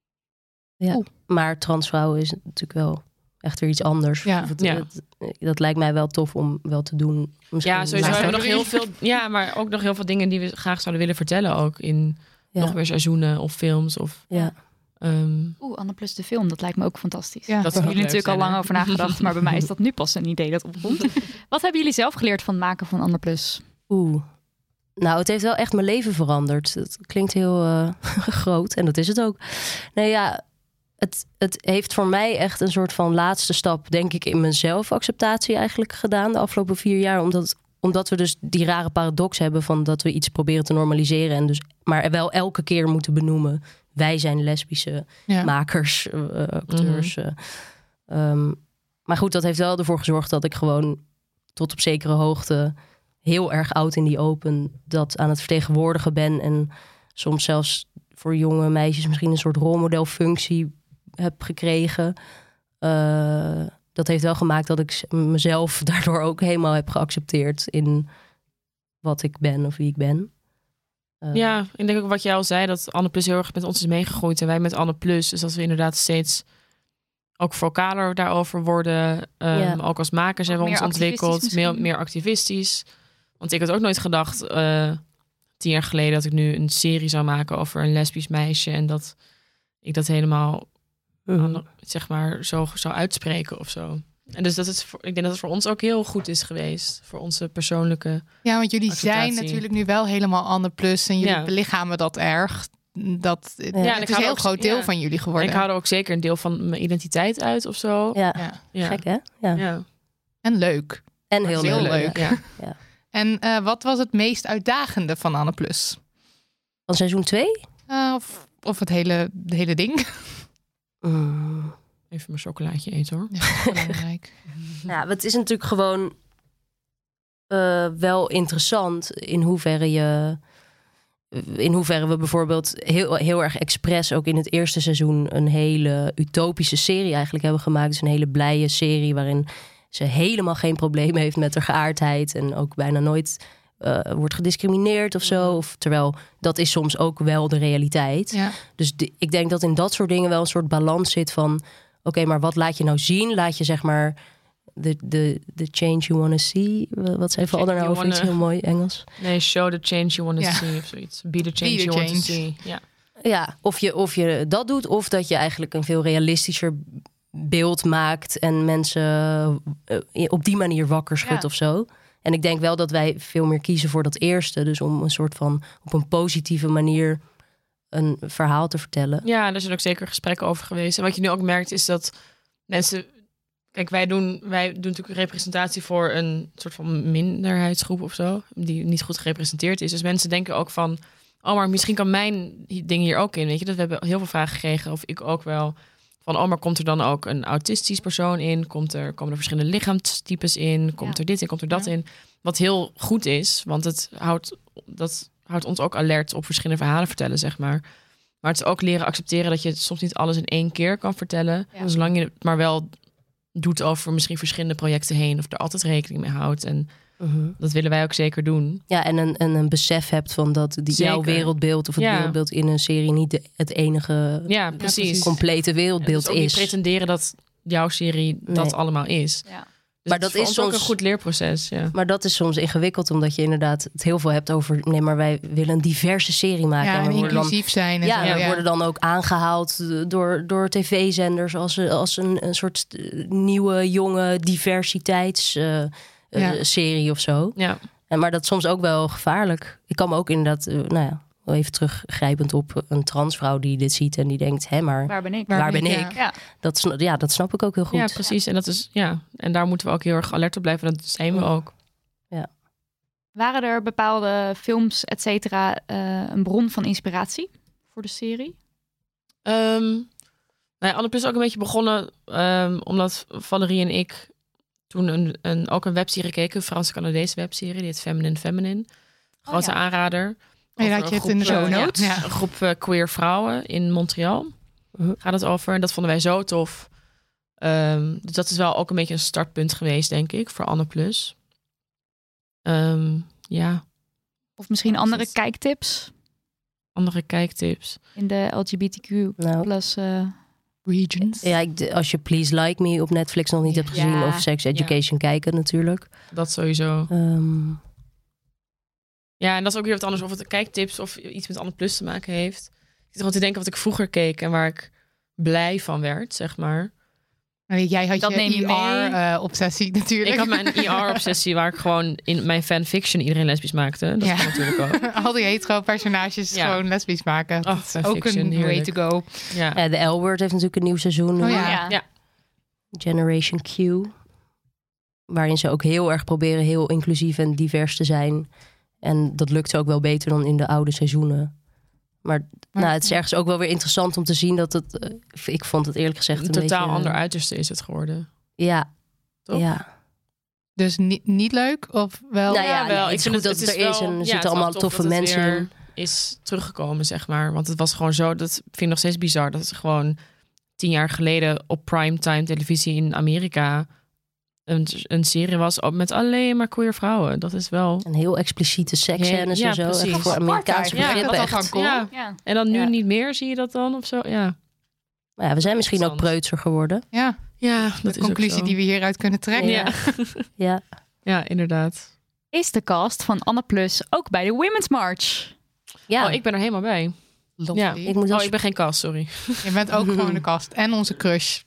Ja, Oeh. maar transvrouwen is natuurlijk wel echt weer iets anders. Ja. Het, Ja. het, dat lijkt mij wel tof om wel te doen. Misschien Ja, sowieso later. hebben we nog heel veel. Ja, maar ook nog heel veel dingen die we graag zouden willen vertellen. Ook in Ja. nog meer seizoenen of films. Of, Ja. um, Oeh, Anne Plus de film, dat lijkt me ook fantastisch. Ja. Dat Dat hebben zou jullie leuk natuurlijk al zijn, lang hè? over nagedacht, maar bij mij is dat nu pas een idee dat opkomt. Wat hebben jullie zelf geleerd van het maken van Anne Plus? Oeh. Nou, het heeft wel echt mijn leven veranderd. Het klinkt heel uh, groot en dat is het ook. Nee, ja, het, het heeft voor mij echt een soort van laatste stap, denk ik, in mijn zelfacceptatie eigenlijk gedaan de afgelopen vier jaar. Omdat, omdat we dus die rare paradox hebben van dat we iets proberen te normaliseren en dus maar wel elke keer moeten benoemen. Wij zijn lesbische Ja. makers, uh, acteurs. Uh, um, maar goed, dat heeft wel ervoor gezorgd dat ik gewoon tot op zekere hoogte heel erg oud in die open dat aan het vertegenwoordigen ben. En soms zelfs voor jonge meisjes misschien een soort rolmodelfunctie heb gekregen. Uh, dat heeft wel gemaakt dat ik mezelf daardoor ook helemaal heb geaccepteerd in wat ik ben of wie ik ben. Uh, ja, ik denk ook wat jij al zei, dat Anne Plus heel erg met ons is meegegroeid. En wij met Anne Plus. Dus dat we inderdaad steeds ook vocaler daarover worden. Um, Ja. Ook als makers Ook hebben we ons meer ontwikkeld. activistisch Meer, misschien? meer activistisch. Want ik had ook nooit gedacht, uh, tien jaar geleden, dat ik nu een serie zou maken over een lesbisch meisje. En dat ik dat helemaal, uh-huh. aan, zeg maar, zo zou uitspreken of zo. En dus dat het, voor, ik denk dat het voor ons ook heel goed is geweest. Voor onze persoonlijke... Ja, want jullie acceptatie. zijn natuurlijk nu wel helemaal Anne Plus en jullie Ja. belichamen dat erg. Dat, Ja, het en ik is een hou heel ook- groot deel ja. van jullie En geworden. ik haal er ook zeker een deel van mijn identiteit uit of zo. Ja, Ja. Ja. gek hè? Ja. Ja. En leuk. En heel, Heel leuk. leuk. Ja. Ja. En uh, wat was het meest uitdagende van Anne Plus? Van seizoen twee? Uh, of, of het hele, de hele ding? Mm. Even mijn chocolaatje eten hoor. Ja, dat is belangrijk. Ja, het is natuurlijk gewoon uh, wel interessant in hoeverre je... In hoeverre we bijvoorbeeld heel, heel erg expres ook in het eerste seizoen een hele utopische serie eigenlijk hebben gemaakt. Dus een hele blije serie waarin ze helemaal geen probleem heeft met haar geaardheid en ook bijna nooit uh, wordt gediscrimineerd of zo. Of, terwijl dat is soms ook wel de realiteit. Ja. Dus de, ik denk dat in dat soort dingen wel een soort balans zit van oké, okay, maar wat laat je nou zien? Laat je zeg maar de, de, de change you want to see. Wat zei Valder nou over iets heel mooi Engels? Nee, show the change you want to Ja. see of zoiets. Be the change Be the you want to change. see. Ja. Ja, of je, of je dat doet, of dat je eigenlijk een veel realistischer beeld maakt en mensen uh, op die manier wakker schudt Ja. of zo. En ik denk wel dat wij veel meer kiezen voor dat eerste. Dus om een soort van op een positieve manier een verhaal te vertellen. Ja, daar zijn ook zeker gesprekken over geweest. En wat je nu ook merkt is dat mensen... Kijk, wij doen, wij doen natuurlijk representatie voor een soort van minderheidsgroep of zo. Die niet goed gerepresenteerd is. Dus mensen denken ook van... oh, maar misschien kan mijn ding hier ook in. Weet je, dat we hebben heel veel vragen gekregen, of ik ook wel. Van, oh, maar komt er dan ook een autistisch persoon in? Komt er, komen er verschillende lichaamstypes in? Komt Ja. er dit in? Komt er dat Ja. in? Wat heel goed is, want het houdt, dat houdt ons ook alert op verschillende verhalen vertellen, zeg maar. Maar het is ook leren accepteren dat je soms niet alles in één keer kan vertellen. Ja. Zolang je het maar wel doet over misschien verschillende projecten heen, of er altijd rekening mee houdt. En Mhm. dat willen wij ook zeker doen. Ja, en een, en een besef hebt van dat die, jouw Zeker. wereldbeeld of het Ja. wereldbeeld in een serie niet de, het enige Ja, precies. complete En wereldbeeld dus ook niet is. pretenderen dat jouw serie dat Nee. allemaal is. Ja. Dus Maar het dat voor is ons ook soms- een goed leerproces. Ja. Maar dat is soms ingewikkeld, omdat je inderdaad het heel veel hebt over... nee, maar wij willen een diverse serie maken. Ja, en en we worden dan, inclusief zijn. En ja, zo, we ja. worden dan ook aangehaald door, door tv-zenders... als, als een, een soort eh, nieuwe, jonge diversiteitsserie Ja. serie of zo. Ja. En, maar dat is soms ook wel gevaarlijk. Ik kan me ook inderdaad, eh, nou ja, wel even teruggrijpend op een transvrouw die dit ziet... en die denkt, hé, maar Waar ben ik? waar ben ja. ik? Ja. Dat, sna- ja, dat snap ik ook heel goed. ja, precies. En dat is ja. En daar moeten we ook heel erg alert op blijven. Dat zijn we ook. Waren er bepaalde films, et cetera, eh, een bron van inspiratie voor de serie? Um, nou ja, Anne Plus is ook een beetje begonnen um, omdat Valerie en ik toen een, een, ook een webserie keken, een Franse-Canadese webserie, die heet Feminine Feminine. Grote Oh, ja. aanrader. Ja, Over dat je een het in de groep, show eh, notes. ja, een groep eh, queer vrouwen in Montreal. Mhm. Gaat het over. En dat vonden wij zo tof. Um, dus dat is wel ook een beetje een startpunt geweest, denk ik, voor Anne Plus. Um, ja, Of misschien Ja, andere precies. kijktips andere kijktips. in de L G B T Q Nou, plus eh, Regions. ja, ik, als je Please Like Me op Netflix nog niet Ja. hebt gezien... Ja. of Sex Education kijken natuurlijk. Dat sowieso. Ehm, Ja, en dat is ook weer wat anders. Of het kijktips of iets met Anne Plus te maken heeft. Ik zit gewoon te denken wat ik vroeger keek en waar ik blij van werd, zeg maar. Maar jij had Dat je neem je mee. E R-obsessie natuurlijk. Ik had mijn E R-obsessie waar ik gewoon in mijn fanfiction iedereen lesbisch maakte. Dat Ja. is natuurlijk ook. Al die hetero-personages Ja. gewoon lesbisch maken. Oh, Dat is ook fanfiction, een way heerlijk. to go. Ja. ja, de L-Word heeft natuurlijk een nieuw seizoen. Oh nu. ja. ja. Ja. Generation Q. Waarin ze ook heel erg proberen heel inclusief en divers te zijn. En dat lukt ook wel beter dan in de oude seizoenen. Maar, Maar- nou, het is ergens ook wel weer interessant om te zien dat het... eh, ik vond het eerlijk gezegd een, Een totaal beetje... ander uiterste is het geworden. Ja, Toch? ja. Dus niet, niet leuk of wel? Nou ja, nee, het is vind goed dat het er is en er ja, zitten het is allemaal wel tof toffe dat het mensen weer in. is teruggekomen, zeg maar. Want het was gewoon zo, dat vind ik nog steeds bizar. Dat het gewoon tien jaar geleden op primetime televisie in Amerika een, een serie was met alleen maar queer vrouwen. Dat is wel... En heel expliciete seksscènes Ja, en zo. precies. Echt voor Amerikaanse Ja, begrippen. dat was echt. dan cool. Ja. Ja. En dan nu Ja. niet meer, zie je dat dan of zo? Ja, Maar ja, we zijn misschien ook Interessant. preutser geworden. Ja, ja de dat is conclusie ook zo. die we hieruit kunnen trekken. Ja. Ja. Ja, inderdaad. Is de cast van Anne Plus ook bij de Women's March? Ja, Oh, ik ben er helemaal bij. Lovely. Ja. ik moet wel Oh, ik ben geen cast, sorry. Je bent ook gewoon de kast. En onze crush.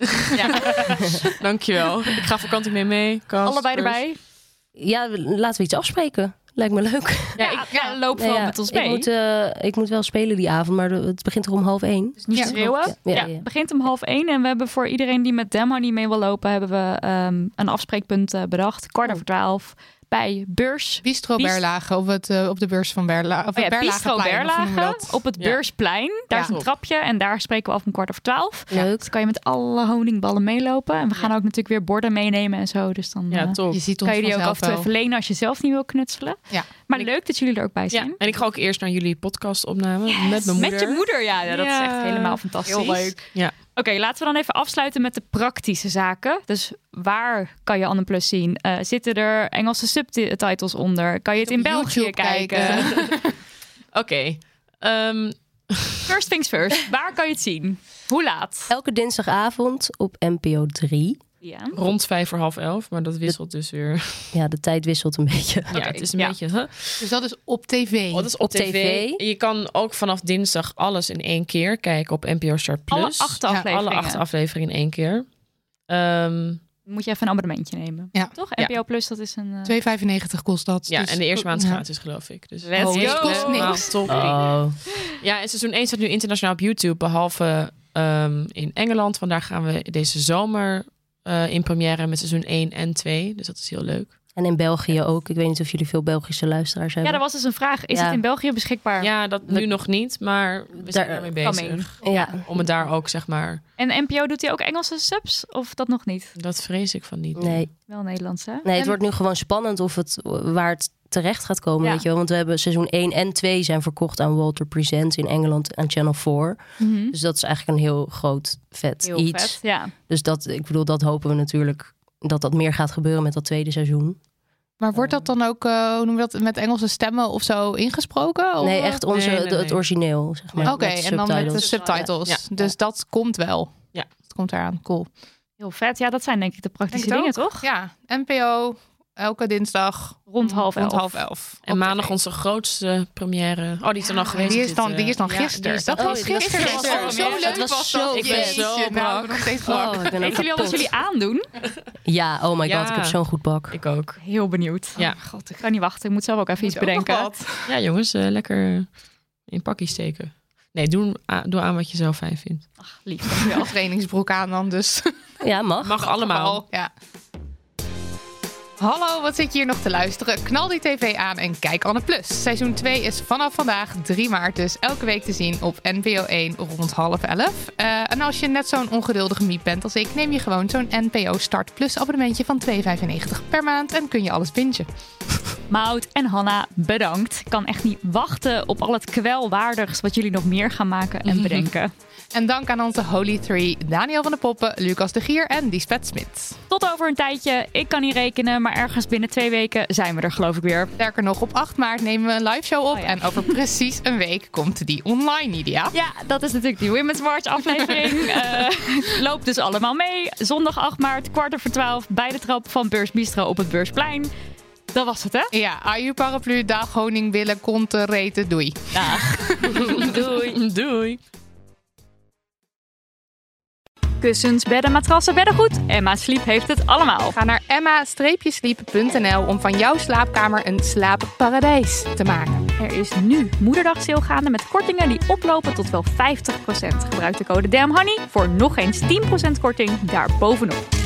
Dankjewel. Ik ga vakantie mee mee. Cast, Allebei crush. erbij? ja, laten we iets afspreken. Lijkt me leuk. Ja, ik ja, loop Nou vooral ja, met ons ik, mee. moet, eh, ik moet wel spelen die avond, maar de- het begint er om half één. Dus niet Ja. schreeuwen. Ja, Ja, ja, ja. Het begint om half één. En we hebben voor iedereen die met Demo niet mee wil lopen... hebben we ehm, een afspreekpunt eh, bedacht. Kwart Oh. over twaalf. Bij Beurs. Bistro Bies- Berlage op, het, eh, op de beurs van Berlage. Of Oh ja, het Bistro Berlageplein, of hoe noem je Berlage dat? op het Ja. Beursplein. Daar Ja. is een trapje en daar spreken we af om kwart over twaalf. Leuk. Dus kan je met alle honingballen meelopen. En we gaan ook natuurlijk weer borden meenemen en zo. Dus dan Ja, eh, top. Je ziet ons kan je die ook af vanzelf en toe wel. even lenen als je zelf niet wil knutselen. Ja. Maar En ik- leuk dat jullie er ook bij Ja, zijn. en ik ga ook eerst naar jullie podcastopname Yes, met mijn moeder. Met je moeder, ja. ja dat is Ja. echt helemaal fantastisch. Heel leuk. Ja. Oké, laten we dan even afsluiten met de praktische zaken. Dus waar kan je Anne Plus zien? Eh, zitten er Engelse subtitles onder? Kan je het in Op België YouTube kijken? Oké. Ehm, First things first. Waar kan je het zien? Hoe laat? Elke dinsdagavond op N P O drie. Ja. rond vijf voor half elf, maar dat wisselt dus weer. Ja, de tijd wisselt een beetje. Ja, het is een ja. beetje... Huh? Dus dat is op tv. Oh, dat is op, Op tv. tv. Je kan ook vanaf dinsdag alles in één keer kijken op N P O Star Plus. Alle acht Ja, afleveringen. Alle acht afleveringen in één keer. Ehm, Moet je even een abonnementje nemen. Ja. Toch? Ja. N P O Plus, dat is een... eh, twee vijfennegentig kost dat. ja, Dus- en de eerste maand is ja. gratis, geloof ik. Dus Let's Oh, dus go. kost niks. helemaal top. Oh. Ja, en seizoen één staat nu internationaal op YouTube, behalve ehm, in Engeland. Want daar gaan we deze zomer eh, in première met seizoen één en twee. Dus dat is heel leuk. En in België ook. Ik weet niet of jullie veel Belgische luisteraars hebben. Ja, dat was dus een vraag. Is Ja. het in België beschikbaar? Ja, dat nu nog niet, maar we zijn Daar- ermee Kan bezig. Ja. Om het daar ook, zeg maar, En N P O doet hij ook Engelse subs? Of dat nog niet? dat vrees ik van niet. Nee. Wel Nederlands, hè? Nee, het En- wordt nu gewoon spannend of het waar het terecht gaat komen. Ja. Weet je wel? Want we hebben seizoen één en twee zijn verkocht aan Walter Presents in Engeland aan Channel vier. Mhm. Dus dat is eigenlijk een heel groot vet Heel iets. vet, ja. Dus dat, ik bedoel, dat hopen we natuurlijk dat dat meer gaat gebeuren met dat tweede seizoen. Maar wordt dat dan ook, uh, hoe noemen we dat, met Engelse stemmen of zo ingesproken? Of, Nee, uh, echt onze, Nee, nee, de- het nee. origineel, zeg maar. Oké, met en dan met de subtitles. subtitles. Ja. Dus dat komt wel. Ja. Dat komt eraan. Cool. Heel vet. Ja, dat zijn denk ik de praktische Denk het dingen, ook? toch? Ja, N P O, elke dinsdag Rond half rond elf. half elf. En Op maandag tv. onze grootste première. Oh, die is er nog geweest. Die is dit, dan, eh, die is dan ja, gisteren. die is dat dan- was Oh, die was gisteren. Dat was gisteren. zo leuk. Het was zo dat. vet. Jeetje, zo nou, brak. nog steeds brak. Oh, ik ben ook Weten jullie al wat kapot. jullie aandoen? Ja, oh my god, Ja. ik heb zo'n goed bak. Ik ook. Heel benieuwd. Ja. Oh, God, ik kan niet wachten. Ik moet zelf ook even iets Moet ook nog bedenken. wat. Ja, jongens, eh, lekker in pakjes steken. Nee, doe, a- doe aan wat je zelf fijn vindt. Lief, dankjewel. Wel trainingsbroek aan dan dus. Ja, mag. Mag allemaal. Ja. Hallo, wat zit je hier nog te luisteren? Knal die tv aan en kijk Anne Plus. Seizoen twee is vanaf vandaag drie maart dus elke week te zien op N P O één rond half elf. Uh, en als je net zo'n ongeduldige miep bent als ik, neem je gewoon zo'n N P O Start Plus abonnementje van twee vijfennegentig per maand en kun je alles bingen. Maud en Hanna, bedankt. Ik kan echt niet wachten op al het kwelwaardigs wat jullie nog meer gaan maken en bedenken. En dank aan onze Holy Three, Daniel van de Poppen, Lucas de Gier en Lisbeth Smit. Tot over een tijdje. Ik kan niet rekenen, maar ergens binnen twee weken zijn we er geloof ik weer. Sterker nog, op acht maart nemen we een live show op Oh ja. en over precies een week komt die online, Nidia. Ja, dat is natuurlijk die Women's March aflevering. Eh loopt dus allemaal mee. Zondag acht maart, kwart over twaalf, bij de trap van Beurs Bistro op het Beursplein. Dat was het, hè? Ja, aju paraplu, dag, honing, billen, konten, reten, doei. Dag. Doei. Doei. Kussens, bedden, matrassen, beddengoed. Emma Sleep heeft het allemaal. Ga naar emma sleep punt n l om van jouw slaapkamer een slaapparadijs te maken. Er is nu moederdag sale gaande met kortingen die oplopen tot wel vijftig procent. Gebruik de code DAMNHONEY voor nog eens tien procent korting daarbovenop.